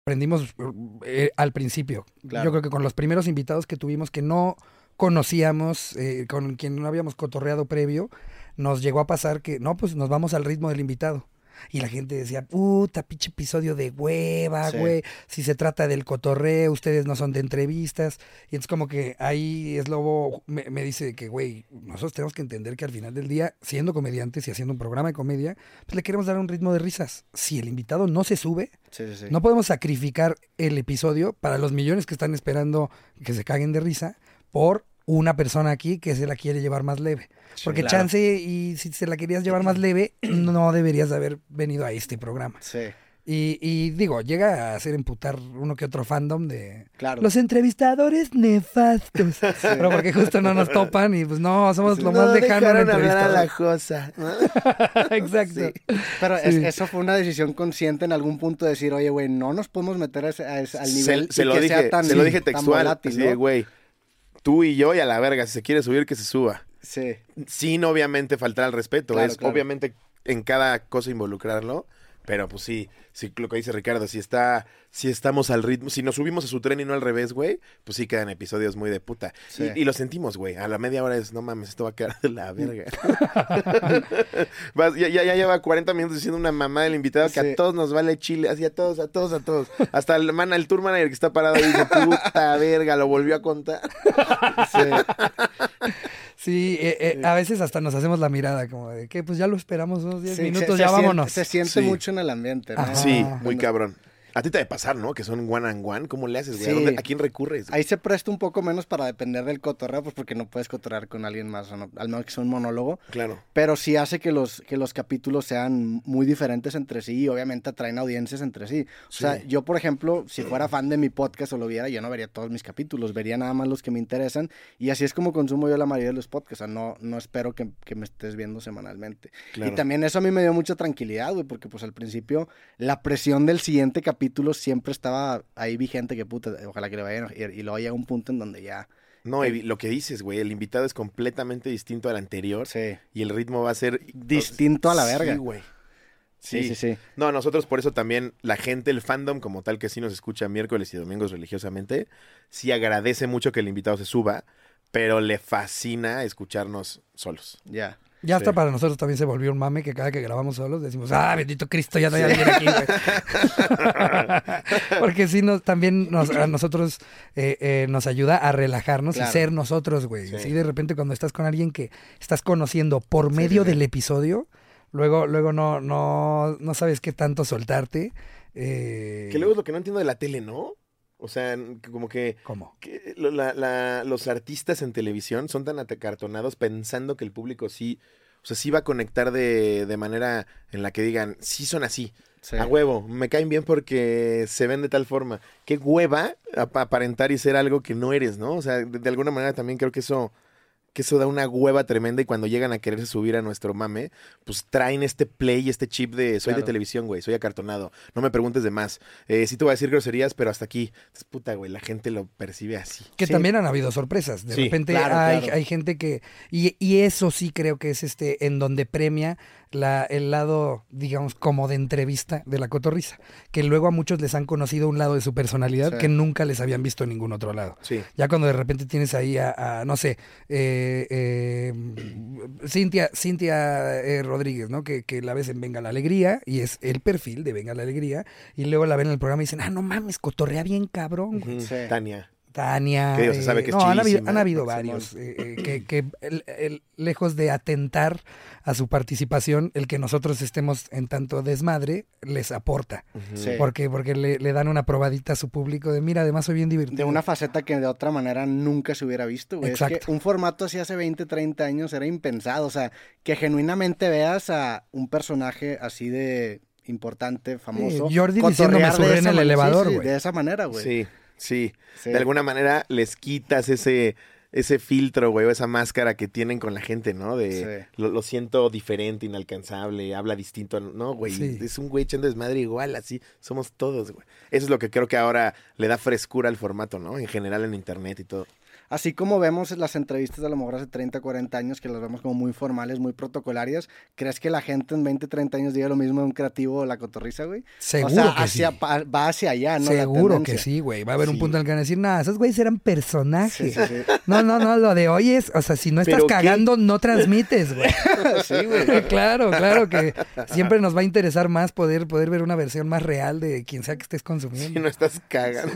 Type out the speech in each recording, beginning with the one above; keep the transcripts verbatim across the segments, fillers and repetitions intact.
aprendimos eh, al principio. Claro. Yo creo que con los primeros invitados que tuvimos que no conocíamos, eh, con quien no habíamos cotorreado previo, nos llegó a pasar que, no, pues nos vamos al ritmo del invitado. Y la gente decía, puta, pinche episodio de hueva, Sí. güey. Si se trata del cotorreo, ustedes no son de entrevistas. Y entonces como que ahí Slobo me, me dice que, güey, nosotros tenemos que entender que al final del día, siendo comediantes y haciendo un programa de comedia, pues le queremos dar un ritmo de risas. Si el invitado no se sube, Sí, sí, sí. no podemos sacrificar el episodio para los millones que están esperando que se caguen de risa por una persona aquí que se la quiere llevar más leve. Sí, Porque claro. chance, y si se la querías llevar más leve, no deberías haber venido a este programa. Sí, Y, y digo, llega a hacer emputar uno que otro fandom de claro. los entrevistadores nefastos. Pero porque justo no nos topan y pues no, somos lo más lejano en dejaron hablar a la entrevistador. cosa. Exacto. Sí. Pero es- Sí. eso fue una decisión consciente en algún punto de decir, oye, güey, no nos podemos meter a ese- a ese- al nivel Se, se y lo que dije, sea tan, se lo dije tan textual. volátil, Así de, ¿no? güey, tú y yo y a la verga. Si se quiere subir, que se suba. Sí, Sin obviamente faltar al respeto. Claro, es claro. obviamente en cada cosa involucrarlo. Pero pues sí, sí, lo que dice Ricardo, si está, si estamos al ritmo, si nos subimos a su tren y no al revés, güey, pues sí quedan episodios muy de puta. Sí. Y, y lo sentimos, güey. A la media hora es, no mames, esto va a quedar de la verga. Vas, ya, ya, ya lleva cuarenta minutos diciendo una mamá del invitado que Sí. a todos nos vale chile, así a todos, a todos, a todos. Hasta el man, el tour manager que está parado ahí dice, puta verga, lo volvió a contar. sí. Sí, eh, eh, a veces hasta nos hacemos la mirada como de que pues ya lo esperamos unos diez Sí, minutos, se- ya se vámonos. Siente, se siente Sí. mucho en el ambiente, ¿no? Ajá. Sí, Ah, muy Bueno, cabrón. A ti te debe pasar, ¿no? Que son one and one. ¿Cómo le haces, güey? Sí. ¿A, dónde- a quién recurres? güey? Ahí se presta un poco menos para depender del cotorreo, pues porque no puedes cotorrear con alguien más, o no, al menos que sea un monólogo. Claro. Pero sí hace que los, que los capítulos sean muy diferentes entre sí y obviamente atraen audiencias entre sí. O Sí. sea, yo, por ejemplo, si fuera fan de mi podcast o lo viera, yo no vería todos mis capítulos, vería nada más los que me interesan y así es como consumo yo la mayoría de los podcasts. O sea, no, no espero que, que me estés viendo semanalmente. Claro. Y también eso a mí me dio mucha tranquilidad, güey, porque pues al principio la presión del siguiente capítulo siempre estaba ahí vigente, que puta, ojalá que le vayan y, y luego llega un punto en donde ya... No, y lo que dices, güey, el invitado es completamente distinto al anterior Sí. y el ritmo va a ser Distinto a la verga. Sí, güey. Sí, sí, sí. No, nosotros por eso también, la gente, el fandom como tal que sí nos escucha miércoles y domingos religiosamente, sí agradece mucho que el invitado se suba, pero le fascina escucharnos solos. Ya. Ya hasta Sí. para nosotros también se volvió un mame que cada que grabamos solos decimos, ah, bendito Cristo, ya no hay alguien aquí, güey. Porque sí, nos, también nos, a nosotros eh, eh, nos ayuda a relajarnos Claro. y ser nosotros, güey. Sí. Sí, de repente cuando estás con alguien que estás conociendo por Sí, medio sí, sí. del episodio, luego, luego no, no, no sabes qué tanto soltarte. Eh, Que luego es lo que no entiendo de la tele, ¿no? O sea, que como que, ¿Cómo? que lo- la- la- los artistas en televisión son tan atacartonados pensando que el público sí, o sea, sí va a conectar de, de manera en la que digan, sí son así. Sí. A huevo, me caen bien porque se ven de tal forma. Qué hueva ap- aparentar y ser algo que no eres, ¿no? O sea, de, de alguna manera también creo que eso, que eso da una hueva tremenda y cuando llegan a quererse subir a nuestro mame, pues traen este play y este chip de soy de Claro. televisión, güey, soy acartonado. No me preguntes de más. Eh, sí te voy a decir groserías, pero hasta aquí. Entonces, puta, güey, la gente lo percibe así. Que Sí. también han habido sorpresas. De Sí, repente claro, hay, claro. hay gente que... Y, y eso sí creo que es este en donde premia la, el lado, digamos, como de entrevista de la cotorriza. Que luego a muchos les han conocido un lado de su personalidad Sí. que nunca les habían visto en ningún otro lado. Sí. Ya cuando de repente tienes ahí a, a, no sé, eh, eh, Cintia, Cintia eh, Rodríguez, ¿no? Que, que la ves en Venga la Alegría y es el perfil de Venga la Alegría. Y luego la ven en el programa y dicen, ah, no mames, cotorrea bien cabrón, güey. Ujú. Sí. Tania. Tania. Que digo, se sabe que es no, han habido, chidísima. han habido Simón. varios eh, eh, que, que el- el- lejos de atentar a su participación, el que nosotros estemos en tanto desmadre les aporta. Ujú. Sí. Porque, porque le, le dan una probadita a su público de mira, además soy bien divertido. De una faceta que de otra manera nunca se hubiera visto, güey. Es que Exacto. un formato así hace veinte, treinta años era impensado. O sea, que genuinamente veas a un personaje así de importante, famoso. Sí, Jordi diciéndome cotorrear de surré en esa el man- elevador, sí, sí, güey. de esa manera, güey. Sí, sí. Sí. De alguna manera les quitas ese, ese filtro, güey, o esa máscara que tienen con la gente, ¿no? De Sí. lo, lo siento diferente, inalcanzable, habla distinto. No, güey, Sí. es un güey echando desmadre igual, así somos todos, güey. Eso es lo que creo que ahora le da frescura al formato, ¿no? En general en internet y todo. así como vemos las entrevistas de a lo mejor hace treinta, cuarenta años, que las vemos como muy formales, muy protocolarias, ¿crees que la gente en veinte, treinta años diga lo mismo de un creativo de La Cotorrisa, güey? Seguro o sea, que hacia, sí. pa- va hacia allá, ¿no? Seguro La que tendencia. sí, güey. Va a haber Sí. un punto en el que van a decir, no, esos güeyes eran personajes. Sí, sí, sí. No, no, no, lo de hoy es, o sea, si no estás ¿Pero qué? cagando, no transmites, güey. Sí, güey. Claro, claro que siempre nos va a interesar más poder, poder ver una versión más real de quien sea que estés Si consumiendo. no estás cagando.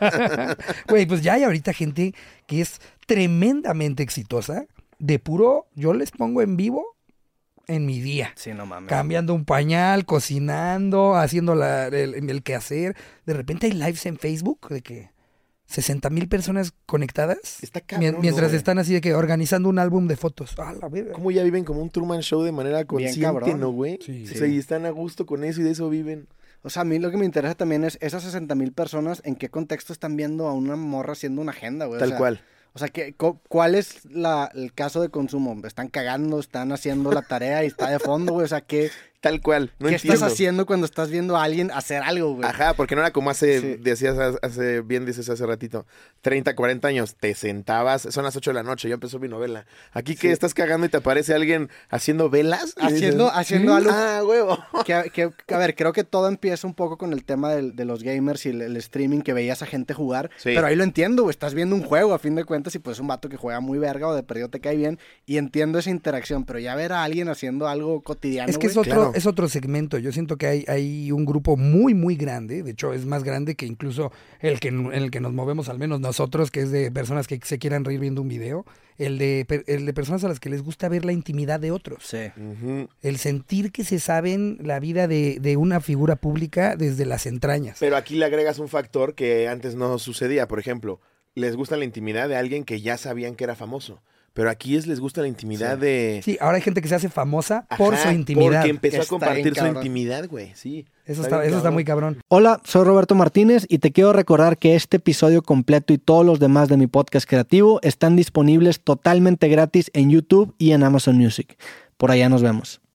Güey, pues ya hay ahorita gente que es tremendamente exitosa, de puro, yo les pongo en vivo en mi día. Sí, no mames. Cambiando un pañal, cocinando, haciendo la- el, el quehacer. De repente hay lives en Facebook de que sesenta mil personas conectadas. Está cabrón, mien- mientras ¿no? están así de que organizando un álbum de fotos. Ah, la verga. ¿Cómo ya viven como un Truman Show de manera consciente, cabrón. no, güey? Sí. O sea, y están a gusto con eso y de eso viven. O sea, a mí lo que me interesa también es esas sesenta mil personas, ¿en qué contexto están viendo a una morra haciendo una agenda, güey? O Tal sea, cual. O sea, ¿qué, cu- ¿cuál es la, el caso de consumo? ¿Están cagando, están haciendo la tarea y está de fondo, güey? O sea, ¿qué, Tal cual. No ¿qué entiendo. estás haciendo cuando estás viendo a alguien hacer algo, güey? Ajá, porque no era como hace, Sí. decías hace- hace, bien dices hace ratito, treinta, cuarenta años, te sentabas, son las ocho de la noche, ya empezó mi novela. Aquí que Sí. estás cagando y te aparece alguien haciendo velas. y Haciendo, dices, haciendo ¿sí? algo. Ah, huevo. Que, que- que, a ver, creo que todo empieza un poco con el tema del- de los gamers y el, el streaming que veías a gente jugar. Sí. Pero ahí lo entiendo, güey. Estás viendo un juego a fin de cuentas y pues es un vato que juega muy verga o de perdido te cae bien. Y entiendo esa interacción. Pero ya ver a alguien haciendo algo cotidiano. Es que es güey, otro, claro. es otro segmento. Yo siento que hay, hay un grupo muy, muy grande. De hecho, es más grande que incluso el que, en el que nos movemos, al menos nosotros, que es de personas que se quieran reír viendo un video. El de, per- el de personas a las que les gusta ver la intimidad de otros. Sí. Ujú. El sentir que se saben la vida de, de una figura pública desde las entrañas. Pero aquí le agregas un factor que antes no sucedía. Por ejemplo, les gusta la intimidad de alguien que ya sabían que era famoso. Pero aquí es les gusta la intimidad Sí. de... Sí, ahora hay gente que se hace famosa por Ajá, su intimidad. Porque empezó Que a está compartir bien su cabrón. intimidad, güey. Sí. Eso Está está, bien eso está cabrón. muy cabrón. Hola, soy Roberto Martínez y te quiero recordar que este episodio completo y todos los demás de mi podcast creativo están disponibles totalmente gratis en YouTube y en Amazon Music. Por allá nos vemos.